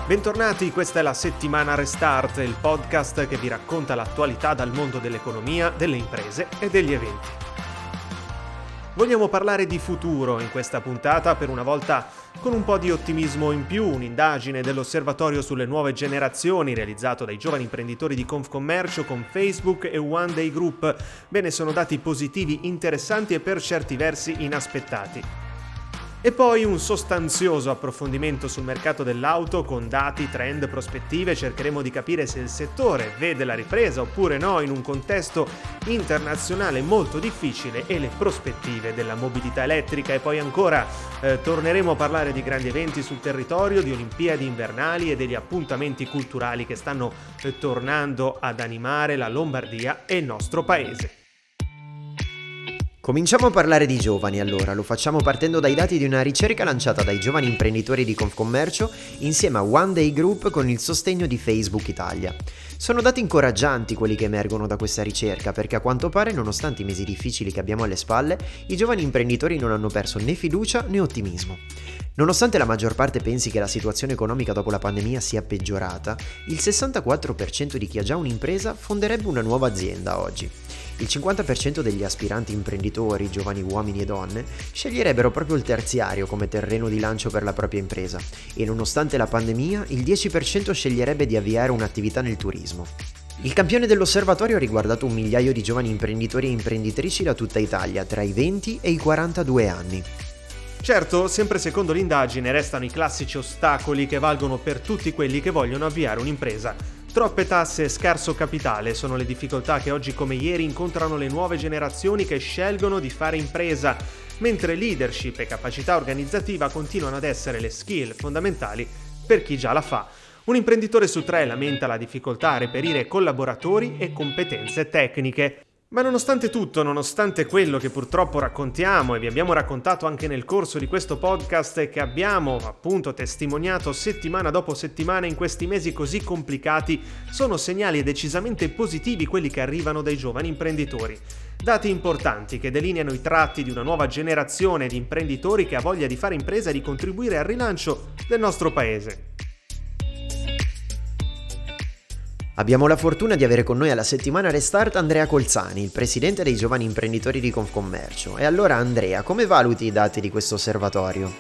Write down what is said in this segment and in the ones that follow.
Bentornati, questa è la settimana Restart, il podcast che vi racconta l'attualità dal mondo dell'economia, delle imprese e degli eventi. Vogliamo parlare di futuro in questa puntata, per una volta con un po' di ottimismo in più, un'indagine dell'Osservatorio sulle nuove generazioni realizzato dai giovani imprenditori di Confcommercio con Facebook e One Day Group. Bene, sono dati positivi, interessanti e per certi versi inaspettati. E poi un sostanzioso approfondimento sul mercato dell'auto con dati, trend, prospettive. Cercheremo di capire se il settore vede la ripresa oppure no in un contesto internazionale molto difficile e le prospettive della mobilità elettrica. E poi ancora torneremo a parlare di grandi eventi sul territorio, di Olimpiadi invernali e degli appuntamenti culturali che stanno tornando ad animare la Lombardia e il nostro paese. Cominciamo a parlare di giovani allora, lo facciamo partendo dai dati di una ricerca lanciata dai giovani imprenditori di Confcommercio insieme a One Day Group con il sostegno di Facebook Italia. Sono dati incoraggianti quelli che emergono da questa ricerca perché a quanto pare, nonostante i mesi difficili che abbiamo alle spalle, i giovani imprenditori non hanno perso né fiducia né ottimismo. Nonostante la maggior parte pensi che la situazione economica dopo la pandemia sia peggiorata, il 64% di chi ha già un'impresa fonderebbe una nuova azienda oggi. Il 50% degli aspiranti imprenditori, giovani uomini e donne, sceglierebbero proprio il terziario come terreno di lancio per la propria impresa e nonostante la pandemia il 10% sceglierebbe di avviare un'attività nel turismo. Il campione dell'osservatorio ha riguardato 1 migliaio di giovani imprenditori e imprenditrici da tutta Italia tra i 20 e i 42 anni. Certo, sempre secondo l'indagine restano i classici ostacoli che valgono per tutti quelli che vogliono avviare un'impresa. Troppe tasse e scarso capitale sono le difficoltà che oggi come ieri incontrano le nuove generazioni che scelgono di fare impresa, mentre leadership e capacità organizzativa continuano ad essere le skill fondamentali per chi già la fa. Un imprenditore su 3 lamenta la difficoltà a reperire collaboratori e competenze tecniche. Ma nonostante tutto, nonostante quello che purtroppo raccontiamo e vi abbiamo raccontato anche nel corso di questo podcast e che abbiamo appunto testimoniato settimana dopo settimana in questi mesi così complicati, sono segnali decisamente positivi quelli che arrivano dai giovani imprenditori. Dati importanti che delineano i tratti di una nuova generazione di imprenditori che ha voglia di fare impresa e di contribuire al rilancio del nostro paese. Abbiamo la fortuna di avere con noi alla settimana Restart Andrea Colzani, il presidente dei giovani imprenditori di Confcommercio. E allora Andrea, come valuti i dati di questo osservatorio?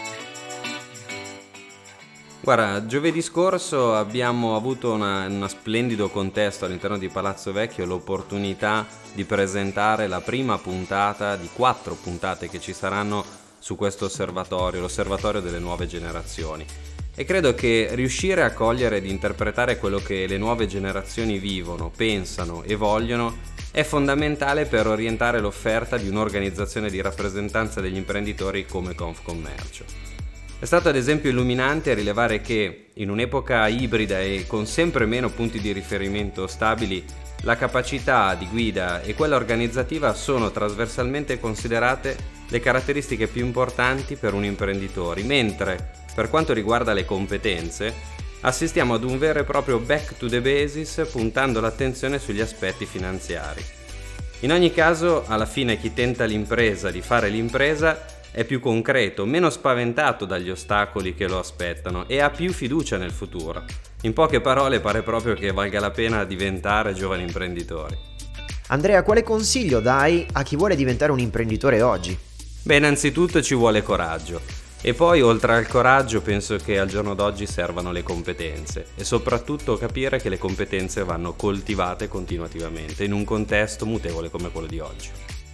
Guarda, giovedì scorso abbiamo avuto uno splendido contesto all'interno di Palazzo Vecchio, l'opportunità di presentare la prima puntata di 4 puntate che ci saranno su questo osservatorio, l'osservatorio delle nuove generazioni. E credo che riuscire a cogliere ed interpretare quello che le nuove generazioni vivono, pensano e vogliono è fondamentale per orientare l'offerta di un'organizzazione di rappresentanza degli imprenditori come Confcommercio. È stato ad esempio illuminante rilevare che in un'epoca ibrida e con sempre meno punti di riferimento stabili, la capacità di guida e quella organizzativa sono trasversalmente considerate le caratteristiche più importanti per un imprenditore, mentre per quanto riguarda le competenze, assistiamo ad un vero e proprio back to the basis puntando l'attenzione sugli aspetti finanziari. In ogni caso, alla fine chi tenta l'impresa di fare l'impresa è più concreto, meno spaventato dagli ostacoli che lo aspettano e ha più fiducia nel futuro. In poche parole pare proprio che valga la pena diventare giovani imprenditori. Andrea, quale consiglio dai a chi vuole diventare un imprenditore oggi? Beh, innanzitutto ci vuole coraggio. E poi, oltre al coraggio, penso che al giorno d'oggi servano le competenze e soprattutto capire che le competenze vanno coltivate continuativamente in un contesto mutevole come quello di oggi.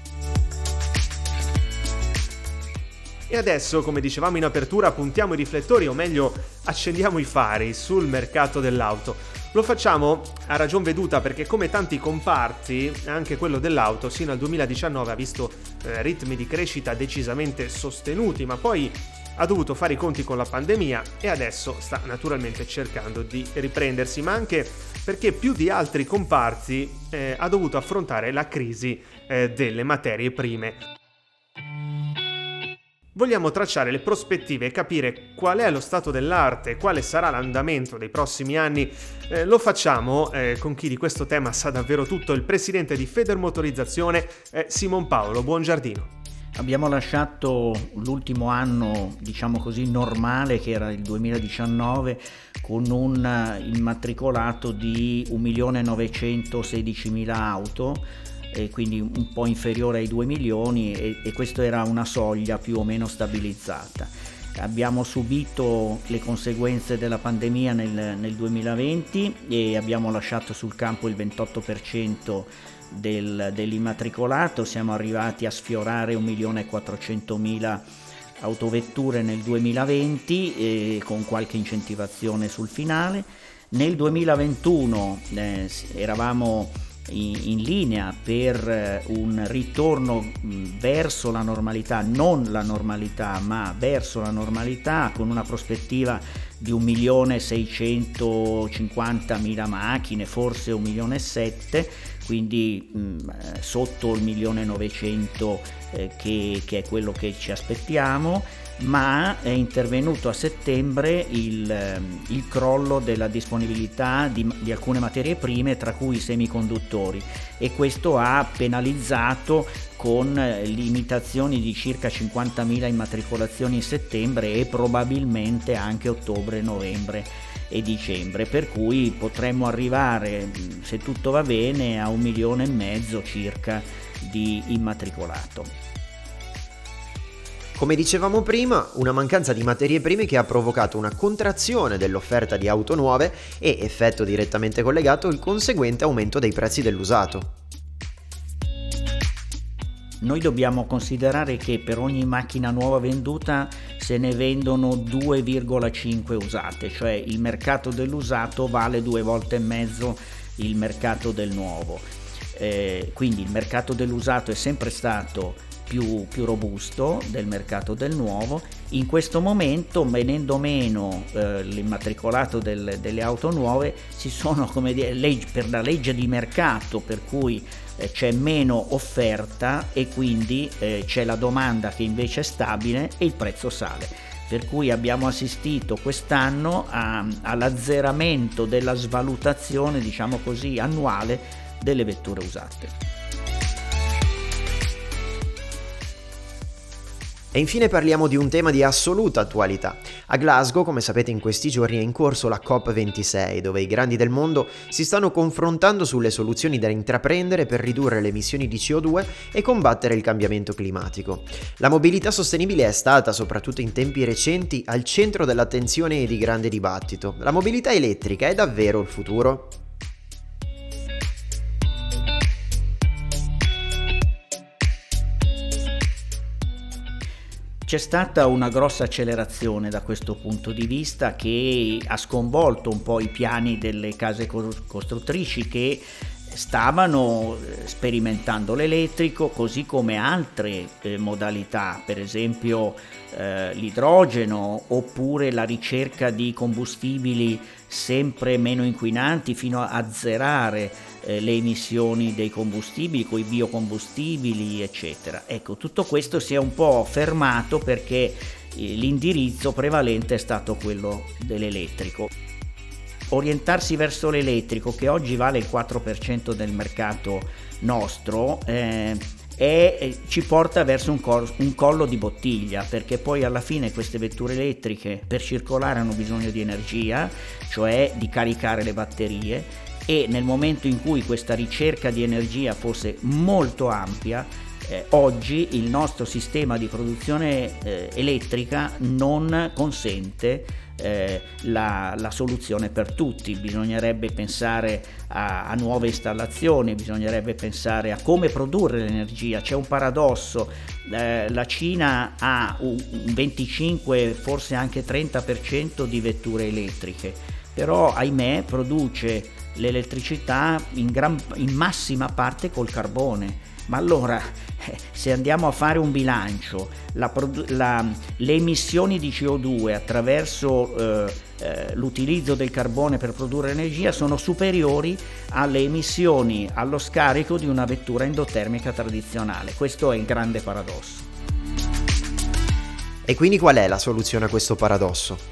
E adesso, come dicevamo in apertura, puntiamo i riflettori, o meglio, accendiamo i fari sul mercato dell'auto. Lo facciamo a ragion veduta perché, come tanti comparti, anche quello dell'auto sino al 2019 ha visto ritmi di crescita decisamente sostenuti, ma poi ha dovuto fare i conti con la pandemia e adesso sta naturalmente cercando di riprendersi, ma anche perché più di altri comparti ha dovuto affrontare la crisi delle materie prime. Vogliamo tracciare le prospettive e capire qual è lo stato dell'arte, quale sarà l'andamento dei prossimi anni. Lo facciamo con chi di questo tema sa davvero tutto, il presidente di Federmotorizzazione, Simon Paolo Buongiardino. Abbiamo lasciato l'ultimo anno, diciamo così, normale, che era il 2019, con un immatricolato di 1.916.000 auto, e quindi un po' inferiore ai 2 milioni, e questo era una soglia più o meno stabilizzata. Abbiamo subito le conseguenze della pandemia nel 2020 e abbiamo lasciato sul campo il 28% dell'immatricolato. Siamo arrivati a sfiorare 1.400.000 autovetture nel 2020, con qualche incentivazione sul finale. Nel 2021 eravamo in linea per un ritorno verso la normalità, non la normalità ma verso la normalità, con una prospettiva di 1.650.000 macchine, forse 1,7 milioni, quindi sotto il 1.900.000 che è quello che ci aspettiamo. Ma è intervenuto a settembre il crollo della disponibilità di alcune materie prime, tra cui i semiconduttori, e questo ha penalizzato con limitazioni di circa 50.000 immatricolazioni in settembre e probabilmente anche ottobre, novembre e dicembre, per cui potremmo arrivare, se tutto va bene, a 1,5 milioni circa di immatricolato. Come dicevamo prima, una mancanza di materie prime che ha provocato una contrazione dell'offerta di auto nuove e, effetto direttamente collegato, il conseguente aumento dei prezzi dell'usato. Noi dobbiamo considerare che per ogni macchina nuova venduta se ne vendono 2,5 usate, cioè il mercato dell'usato vale 2,5 volte il mercato del nuovo. Quindi il mercato dell'usato è sempre stato più robusto del mercato del nuovo. In questo momento, venendo meno l'immatricolato delle auto nuove, ci sono, come dire, per la legge di mercato, per cui c'è meno offerta e quindi c'è la domanda che invece è stabile e il prezzo sale. Per cui abbiamo assistito quest'anno all'azzeramento della svalutazione, diciamo così, annuale delle vetture usate. E infine parliamo di un tema di assoluta attualità. A Glasgow, come sapete, in questi giorni è in corso la COP26, dove i grandi del mondo si stanno confrontando sulle soluzioni da intraprendere per ridurre le emissioni di CO2 e combattere il cambiamento climatico. La mobilità sostenibile è stata, soprattutto in tempi recenti, al centro dell'attenzione e di grande dibattito. La mobilità elettrica è davvero il futuro? C'è stata una grossa accelerazione da questo punto di vista, che ha sconvolto un po' i piani delle case costruttrici, che stavano sperimentando l'elettrico, così come altre modalità, per esempio l'idrogeno, oppure la ricerca di combustibili sempre meno inquinanti fino a azzerare le emissioni dei combustibili, con i biocombustibili, eccetera. Ecco, tutto questo si è un po' fermato perché l'indirizzo prevalente è stato quello dell'elettrico. Orientarsi verso l'elettrico, che oggi vale il 4% del mercato nostro, ci porta verso un collo di bottiglia, perché poi alla fine queste vetture elettriche per circolare hanno bisogno di energia, cioè di caricare le batterie, e nel momento in cui questa ricerca di energia fosse molto ampia, oggi il nostro sistema di produzione elettrica non consente la soluzione per tutti. Bisognerebbe pensare a nuove installazioni, bisognerebbe pensare a come produrre l'energia. C'è un paradosso: la Cina ha un 25, forse anche 30% di vetture elettriche, però ahimè produce l'elettricità in massima parte col carbone. Ma allora, se andiamo a fare un bilancio, le emissioni di CO2 attraverso l'utilizzo del carbone per produrre energia sono superiori alle emissioni allo scarico di una vettura endotermica tradizionale. Questo è il grande paradosso. E quindi qual è la soluzione a questo paradosso?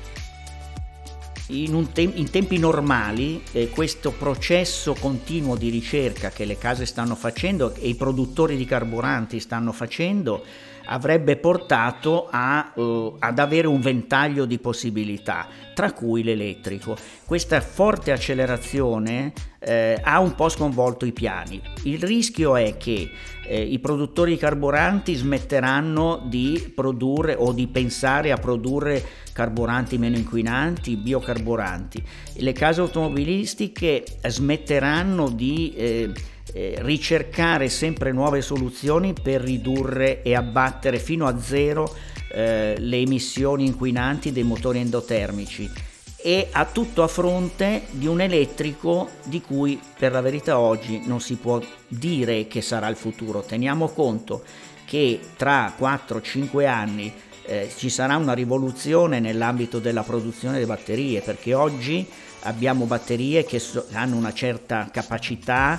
In tempi normali questo processo continuo di ricerca che le case stanno facendo e i produttori di carburanti stanno facendo avrebbe portato ad avere un ventaglio di possibilità, tra cui l'elettrico. Questa forte accelerazione ha un po' sconvolto i piani. Il rischio è che i produttori di carburanti smetteranno di produrre o di pensare a produrre carburanti meno inquinanti, biocarburanti. Le case automobilistiche smetteranno di ricercare sempre nuove soluzioni per ridurre e abbattere fino a zero le emissioni inquinanti dei motori endotermici, e ha tutto a fronte di un elettrico di cui per la verità oggi non si può dire che sarà il futuro. Teniamo conto che tra 4-5 anni ci sarà una rivoluzione nell'ambito della produzione delle batterie, perché oggi abbiamo batterie che hanno una certa capacità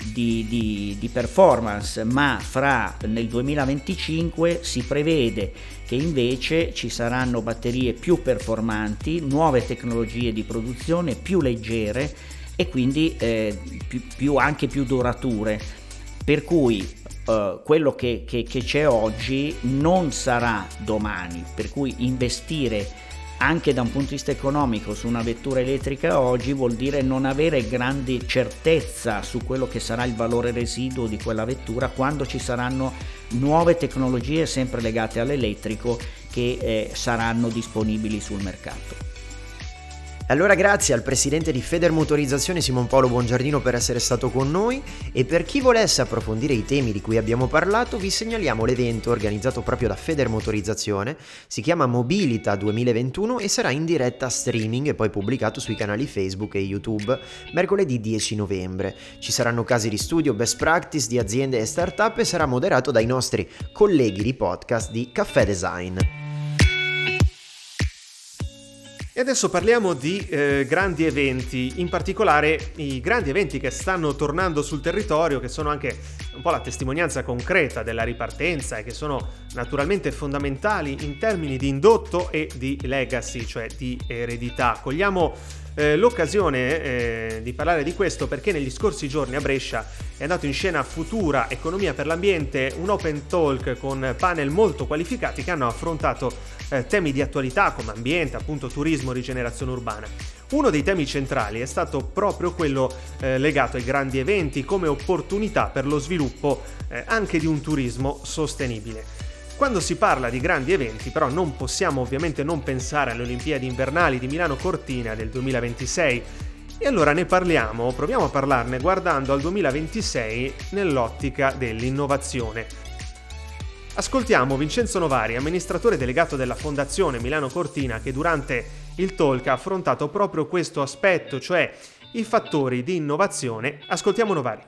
di performance, ma nel 2025 si prevede che invece ci saranno batterie più performanti, nuove tecnologie di produzione più leggere e quindi anche più durature, per cui quello che c'è oggi non sarà domani, per cui investire anche da un punto di vista economico su una vettura elettrica oggi vuol dire non avere grande certezza su quello che sarà il valore residuo di quella vettura quando ci saranno nuove tecnologie sempre legate all'elettrico che saranno disponibili sul mercato. Allora grazie al presidente di Federmotorizzazione Simon Paolo Bongiardino per essere stato con noi, e per chi volesse approfondire i temi di cui abbiamo parlato vi segnaliamo l'evento organizzato proprio da Federmotorizzazione, si chiama Mobilita 2021 e sarà in diretta streaming e poi pubblicato sui canali Facebook e YouTube mercoledì 10 novembre. Ci saranno casi di studio, best practice di aziende e startup e sarà moderato dai nostri colleghi di podcast di Caffè Design. E adesso parliamo di grandi eventi, in particolare i grandi eventi che stanno tornando sul territorio, che sono anche un po' la testimonianza concreta della ripartenza e che sono naturalmente fondamentali in termini di indotto e di legacy, cioè di eredità. Cogliamo l'occasione di parlare di questo perché negli scorsi giorni a Brescia è andato in scena Futura Economia per l'Ambiente, un open talk con panel molto qualificati che hanno affrontato temi di attualità come ambiente, appunto turismo, rigenerazione urbana. Uno dei temi centrali è stato proprio quello legato ai grandi eventi come opportunità per lo sviluppo anche di un turismo sostenibile. Quando si parla di grandi eventi, però, non possiamo ovviamente non pensare alle Olimpiadi invernali di Milano Cortina del 2026. E allora ne parliamo, proviamo a parlarne guardando al 2026 nell'ottica dell'innovazione. Ascoltiamo Vincenzo Novari, amministratore delegato della Fondazione Milano Cortina, che durante il talk ha affrontato proprio questo aspetto, cioè i fattori di innovazione. Ascoltiamo Novari.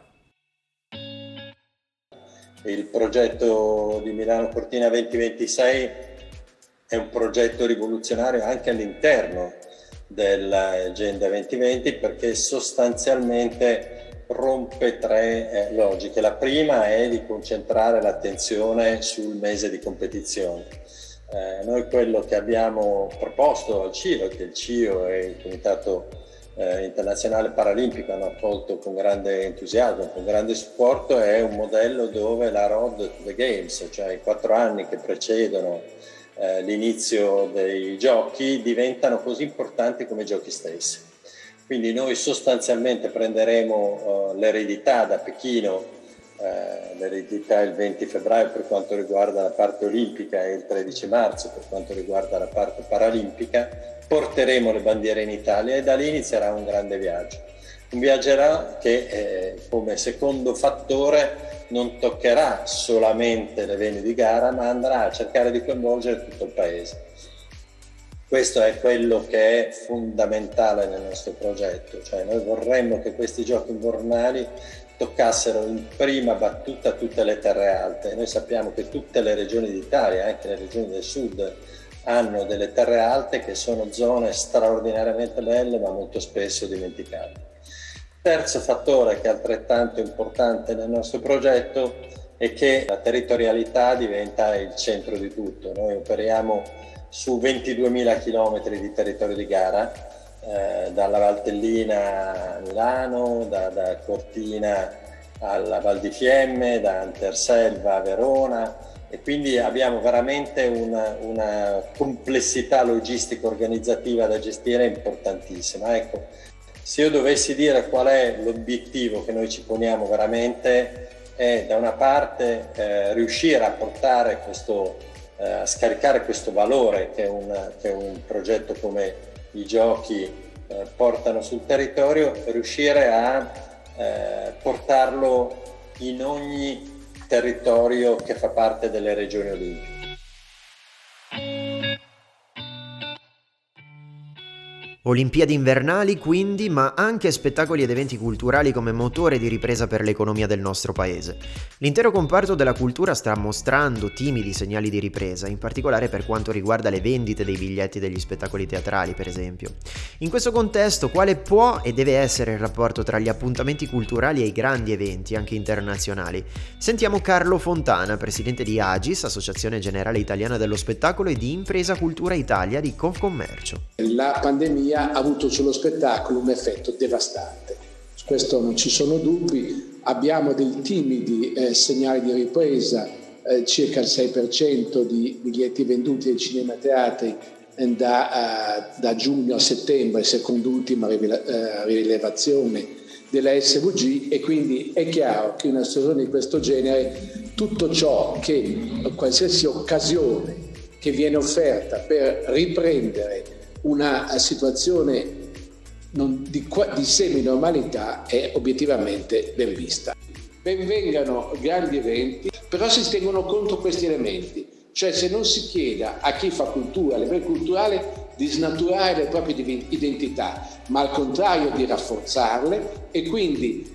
Il progetto di Milano Cortina 2026 è un progetto rivoluzionario anche all'interno dell'Agenda 2020 perché sostanzialmente rompe tre logiche. La prima è di concentrare l'attenzione sul mese di competizione. Noi quello che abbiamo proposto al CIO, che il CIO e il Comitato Internazionale Paralimpico hanno accolto con grande entusiasmo, con grande supporto, è un modello dove la Road to the Games, cioè i 4 anni che precedono l'inizio dei giochi, diventano così importanti come i giochi stessi. Quindi noi sostanzialmente prenderemo l'eredità da Pechino, l'eredità il 20 febbraio per quanto riguarda la parte olimpica e il 13 marzo per quanto riguarda la parte paralimpica, porteremo le bandiere in Italia e da lì inizierà un grande viaggio. Un viaggio che come secondo fattore non toccherà solamente le vene di gara, ma andrà a cercare di coinvolgere tutto il paese. Questo è quello che è fondamentale nel nostro progetto, cioè noi vorremmo che questi giochi invernali toccassero in prima battuta tutte le terre alte. Noi sappiamo che tutte le regioni d'Italia, anche le regioni del sud, hanno delle terre alte che sono zone straordinariamente belle ma molto spesso dimenticate. Terzo fattore che è altrettanto importante nel nostro progetto è che la territorialità diventa il centro di tutto. Noi operiamo su 22.000 km di territorio di gara, dalla Valtellina a Milano, da Cortina alla Val di Fiemme, da Anterselva a Verona, e quindi abbiamo veramente una complessità logistica organizzativa da gestire importantissima. Ecco, se io dovessi dire qual è l'obiettivo che noi ci poniamo veramente, è da una parte riuscire a portare a scaricare questo valore che un progetto come i giochi portano sul territorio, riuscire a portarlo in ogni territorio che fa parte delle regioni olimpiche. Olimpiadi invernali quindi, ma anche spettacoli ed eventi culturali come motore di ripresa per l'economia del nostro paese. L'intero comparto della cultura sta mostrando timidi segnali di ripresa, in particolare per quanto riguarda le vendite dei biglietti degli spettacoli teatrali, per esempio. In questo contesto, quale può e deve essere il rapporto tra gli appuntamenti culturali e i grandi eventi, anche internazionali? Sentiamo Carlo Fontana, presidente di AGIS, Associazione Generale Italiana dello Spettacolo, e di Impresa Cultura Italia di Confcommercio. La pandemia ha avuto sullo spettacolo un effetto devastante. Su questo non ci sono dubbi. Abbiamo dei timidi segnali di ripresa, circa il 6% di biglietti venduti ai cinema e teatri da giugno a settembre, secondo l'ultima rilevazione della SVG, e quindi è chiaro che in una situazione di questo genere tutto ciò qualsiasi occasione che viene offerta per riprendere una situazione di semi-normalità è obiettivamente ben vista. Ben vengano grandi eventi, però si tengono conto questi elementi, cioè se non si chieda a chi fa cultura, a livello culturale, di snaturare le proprie identità, ma al contrario di rafforzarle e quindi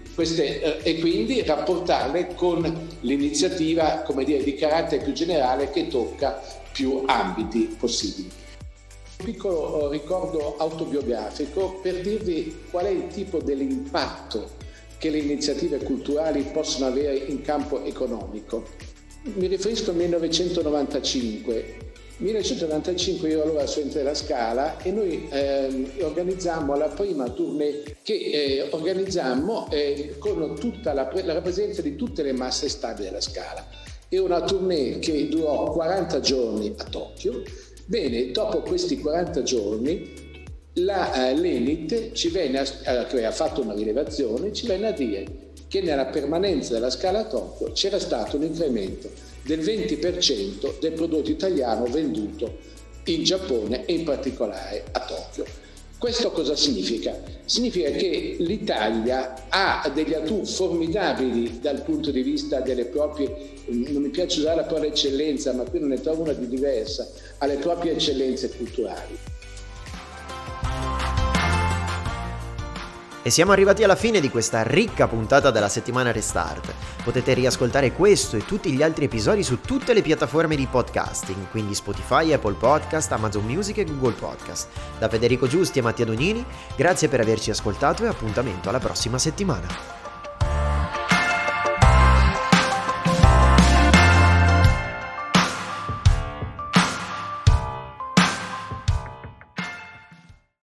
rapportarle con l'iniziativa, di carattere più generale che tocca più ambiti possibili. Un piccolo ricordo autobiografico per dirvi qual è il tipo dell'impatto che le iniziative culturali possono avere in campo economico. Mi riferisco al 1995. 1995 io allora suentrai alla Scala e noi organizzammo la prima tournée che organizzammo con tutta la presenza di tutte le masse stabili della Scala. È una tournée che durò 40 giorni a Tokyo. Bene, dopo questi 40 giorni l'Enit che ha fatto una rilevazione, ci venne a dire che nella permanenza della Scala a Tokyo c'era stato un incremento del 20% del prodotto italiano venduto in Giappone e in particolare a Tokyo. Questo cosa significa? Significa che l'Italia ha degli atu formidabili dal punto di vista delle proprie, non mi piace usare la parola eccellenza, ma qui non ne trovo una di diversa, alle proprie eccellenze culturali. E siamo arrivati alla fine di questa ricca puntata della settimana Restart. Potete riascoltare questo e tutti gli altri episodi su tutte le piattaforme di podcasting, quindi Spotify, Apple Podcast, Amazon Music e Google Podcast. Da Federico Giusti e Mattia Donini, grazie per averci ascoltato e appuntamento alla prossima settimana.